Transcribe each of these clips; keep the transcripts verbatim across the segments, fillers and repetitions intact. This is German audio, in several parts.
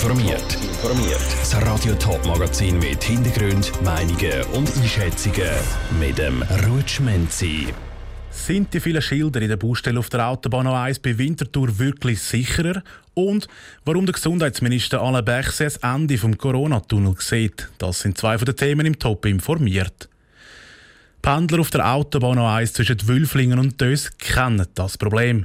informiert. Informiert. Das Radio Top Magazin mit Hintergrund, Meinungen und Einschätzungen mit dem Rutschmenzi. Sind die vielen Schilder in der Baustelle auf der Autobahn A eins bei Winterthur wirklich sicherer? Und warum der Gesundheitsminister Alain Berset das Ende des Corona-Tunnel sieht? Das sind zwei von den Themen im Top informiert. Pendler auf der Autobahn A eins zwischen Wülflingen und Dös kennen das Problem.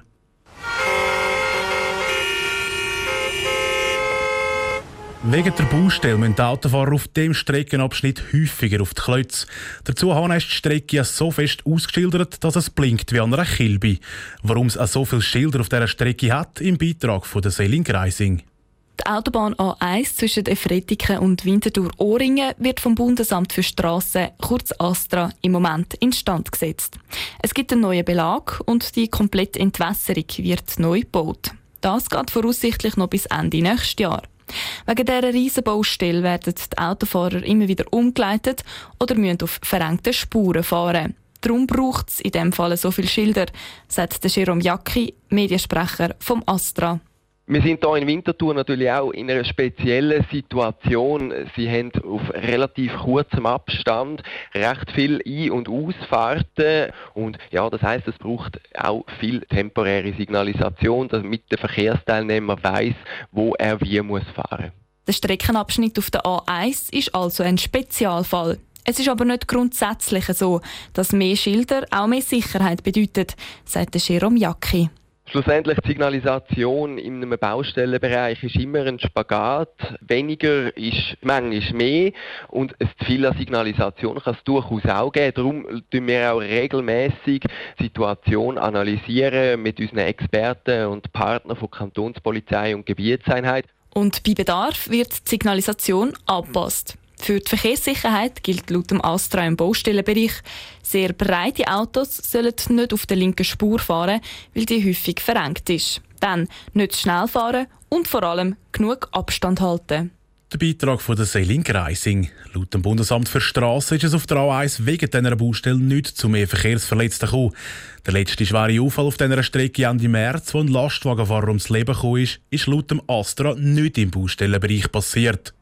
Wegen der Baustelle müssen die Autofahrer auf diesem Streckenabschnitt häufiger auf die Klötze. Dazu ist die Strecke ja so fest ausgeschildert, dass es blinkt wie an einer Kilbe. Warum es auch so viele Schilder auf dieser Strecke hat, im Beitrag von der Selin Greising. Die Autobahn A eins zwischen Efretiken und Winterthur-Ohringen wird vom Bundesamt für Strassen, kurz ASTRA, im Moment instand gesetzt. Es gibt einen neuen Belag und die komplette Entwässerung wird neu gebaut. Das geht voraussichtlich noch bis Ende nächstes Jahr. Wegen dieser riesen Baustelle werden die Autofahrer immer wieder umgeleitet oder müssen auf verengten Spuren fahren. Darum braucht es in diesem Fall so viele Schilder, sagt Jerome Jacki, Mediensprecher vom ASTRA. Wir sind hier in Winterthur natürlich auch in einer speziellen Situation. Sie haben auf relativ kurzem Abstand recht viel Ein- und Ausfahrten. Und ja, das heisst, es braucht auch viel temporäre Signalisation, damit der Verkehrsteilnehmer weiss, wo er wie muss fahren. Der Streckenabschnitt auf der A eins ist also ein Spezialfall. Es ist aber nicht grundsätzlich so, dass mehr Schilder auch mehr Sicherheit bedeutet, sagt Jerome Jacki. Schlussendlich die Signalisation in einem Baustellenbereich ist immer ein Spagat. Weniger ist manchmal mehr und ein zu viel an Signalisation kann es durchaus auch geben. Darum analysieren wir auch regelmässig die Situation analysieren mit unseren Experten und Partnern von Kantonspolizei und Gebietseinheit. Und bei Bedarf wird die Signalisation angepasst. Für die Verkehrssicherheit gilt laut dem ASTRA im Baustellenbereich, sehr breite Autos sollen nicht auf der linken Spur fahren, weil die häufig verengt ist. Dann nicht zu schnell fahren und vor allem genug Abstand halten. Der Beitrag von der Selin Greising. Laut dem Bundesamt für Strassen ist es auf der A eins wegen dieser Baustelle nicht zu mehr Verkehrsverletzten gekommen. Der letzte schwere Unfall auf dieser Strecke Ende März, wo ein Lastwagenfahrer ums Leben gekommen ist, ist laut dem ASTRA nicht im Baustellenbereich passiert.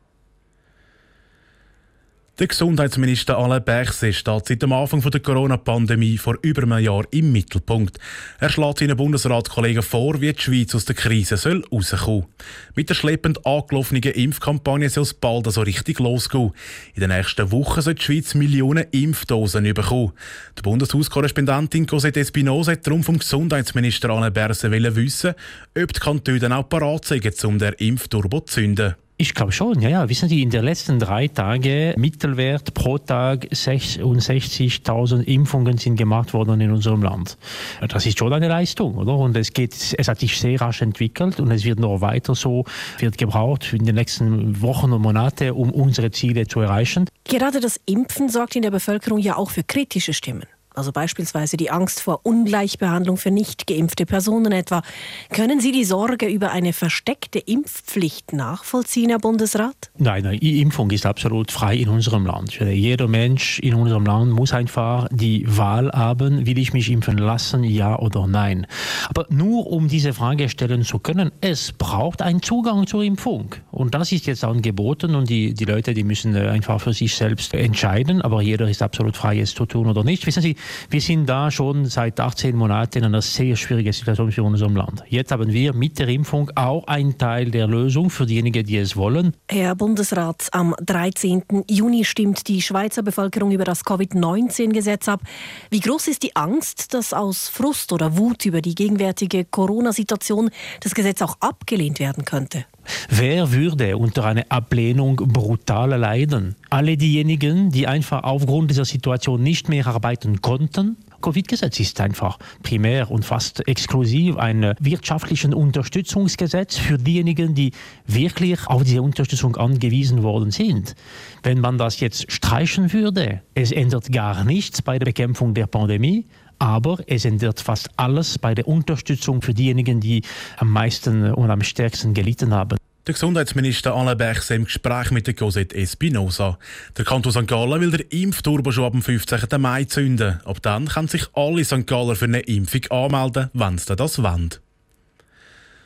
Der Gesundheitsminister Alain Berset steht seit dem Anfang der Corona-Pandemie vor über einem Jahr im Mittelpunkt. Er schlägt seinen Bundesratskollegen vor, wie die Schweiz aus der Krise soll rauskommen soll. Mit der schleppend angelaufenen Impfkampagne soll es bald so richtig losgehen. In den nächsten Wochen soll die Schweiz Millionen Impfdosen bekommen. Die Bundeshauskorrespondentin Cosette Espinosa hat darum vom Gesundheitsminister Alain Berset wissen, ob die Kantone dann auch parat sind, um den Impfturbo zu zünden. Ich glaube schon, ja, ja. Wissen Sie, in den letzten drei Tagen Mittelwert pro Tag sechsundsechzigtausend Impfungen sind gemacht worden in unserem Land. Das ist schon eine Leistung, oder? Und es geht, es hat sich sehr rasch entwickelt und es wird noch weiter so, wird gebraucht in den nächsten Wochen und Monaten, um unsere Ziele zu erreichen. Gerade das Impfen sorgt in der Bevölkerung ja auch für kritische Stimmen. Also beispielsweise die Angst vor Ungleichbehandlung für nicht geimpfte Personen etwa. Können Sie die Sorge über eine versteckte Impfpflicht nachvollziehen, Herr Bundesrat? Nein, nein, die Impfung ist absolut frei in unserem Land. Jeder Mensch in unserem Land muss einfach die Wahl haben, will ich mich impfen lassen, ja oder nein. Aber nur um diese Frage stellen zu können, es braucht einen Zugang zur Impfung. Und das ist jetzt angeboten und die, die Leute, die müssen einfach für sich selbst entscheiden. Aber jeder ist absolut frei, es zu tun oder nicht. Wissen Sie, wir sind da schon seit achtzehn Monaten in einer sehr schwierigen Situation für unser Land. Jetzt haben wir mit der Impfung auch einen Teil der Lösung für diejenigen, die es wollen. Herr Bundesrat, am dreizehnten Juni stimmt die Schweizer Bevölkerung über das Covid neunzehn Gesetz ab. Wie groß ist die Angst, dass aus Frust oder Wut über die gegenwärtige Corona-Situation das Gesetz auch abgelehnt werden könnte? Wer würde unter einer Ablehnung brutal leiden? Alle diejenigen, die einfach aufgrund dieser Situation nicht mehr arbeiten konnten? Covid-Gesetz ist einfach primär und fast exklusiv ein wirtschaftliches Unterstützungsgesetz für diejenigen, die wirklich auf diese Unterstützung angewiesen worden sind. Wenn man das jetzt streichen würde, es ändert gar nichts bei der Bekämpfung der Pandemie. Aber es ändert fast alles bei der Unterstützung für diejenigen, die am meisten und am stärksten gelitten haben. Der Gesundheitsminister Alain Berset im Gespräch mit der Cosette Espinosa. Der Kanton Sankt Gallen will den Impfturbo schon ab dem fünfzehnten Mai zünden. Ab dann können sich alle Sankt Galler für eine Impfung anmelden, wenn sie das wollen.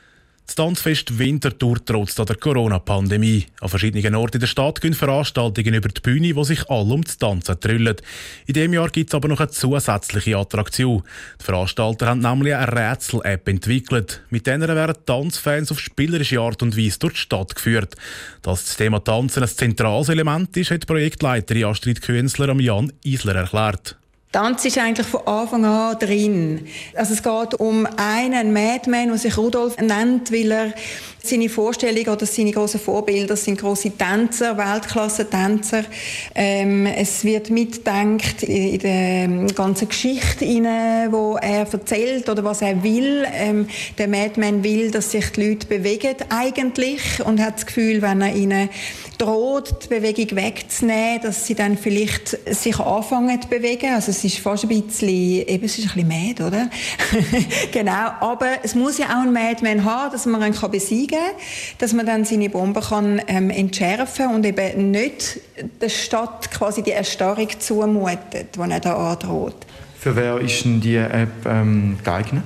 Das Tanzfest Winterthur trotz der Corona-Pandemie. An verschiedenen Orten in der Stadt gehen Veranstaltungen über die Bühne, wo sich alle um das Tanzen trüllen. In diesem Jahr gibt es aber noch eine zusätzliche Attraktion. Die Veranstalter haben nämlich eine Rätsel-App entwickelt. Mit dieser werden Tanzfans auf spielerische Art und Weise durch die Stadt geführt. Dass das Thema Tanzen ein zentrales Element ist, hat die Projektleiterin Astrid Künzler am Jan Isler erklärt. Tanz ist eigentlich von Anfang an drin. Also es geht um einen Madman, der sich Rudolf nennt, weil er seine Vorstellungen oder seine grossen Vorbilder sind grosse Tänzer, Weltklasse-Tänzer. Ähm, es wird mitgedacht in der ganzen Geschichte, die er erzählt oder was er will. Ähm, der Madman will, dass sich die Leute bewegen eigentlich und hat das Gefühl, wenn er ihnen droht, die Bewegung wegzunehmen, dass sie dann vielleicht sich anfangen zu bewegen. Also es ist fast ein bisschen, eben, es ist ein bisschen mad, oder? Genau, aber es muss ja auch einen Madman haben, dass man ihn besiegen kann, dass man dann seine Bomben kann, ähm, entschärfen und eben nicht der Stadt quasi die Erstarrung zumutet, die er da androht. Für wer ist denn diese App ähm, geeignet?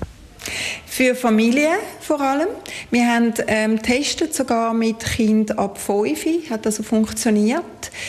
Für Familien vor allem. Wir haben ähm, getestet, sogar mit Kindern ab fünf, hat also funktioniert.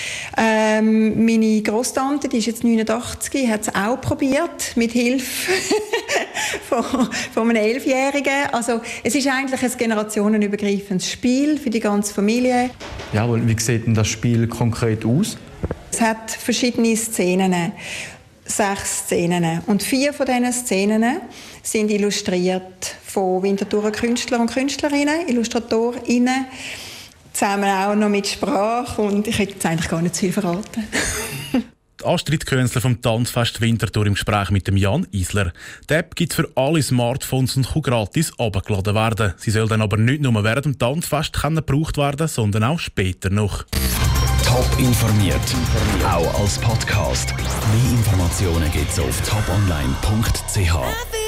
Ähm, meine Grosstante, die ist jetzt neunundachtzig, hat es auch probiert, mit Hilfe von, von einem Elfjährigen. Also es ist eigentlich ein generationenübergreifendes Spiel für die ganze Familie. Jawohl, wie sieht denn das Spiel konkret aus? Es hat verschiedene Szenen. Sechs Szenen. Und vier von diesen Szenen sind illustriert von Winterthurer Künstlern und Künstlerinnen, IllustratorInnen, zusammen auch noch mit Sprache. Und ich hätte jetzt eigentlich gar nicht zu viel verraten. Astrid Künzler vom Tanzfest Winterthur im Gespräch mit dem Jan Isler. Die App gibt es für alle Smartphones und kann gratis heruntergeladen werden. Sie soll dann aber nicht nur während dem Tanzfest gebraucht werden, sondern auch später noch. Top informiert, auch als Podcast. Mehr Informationen gibt es auf top online punkt c h.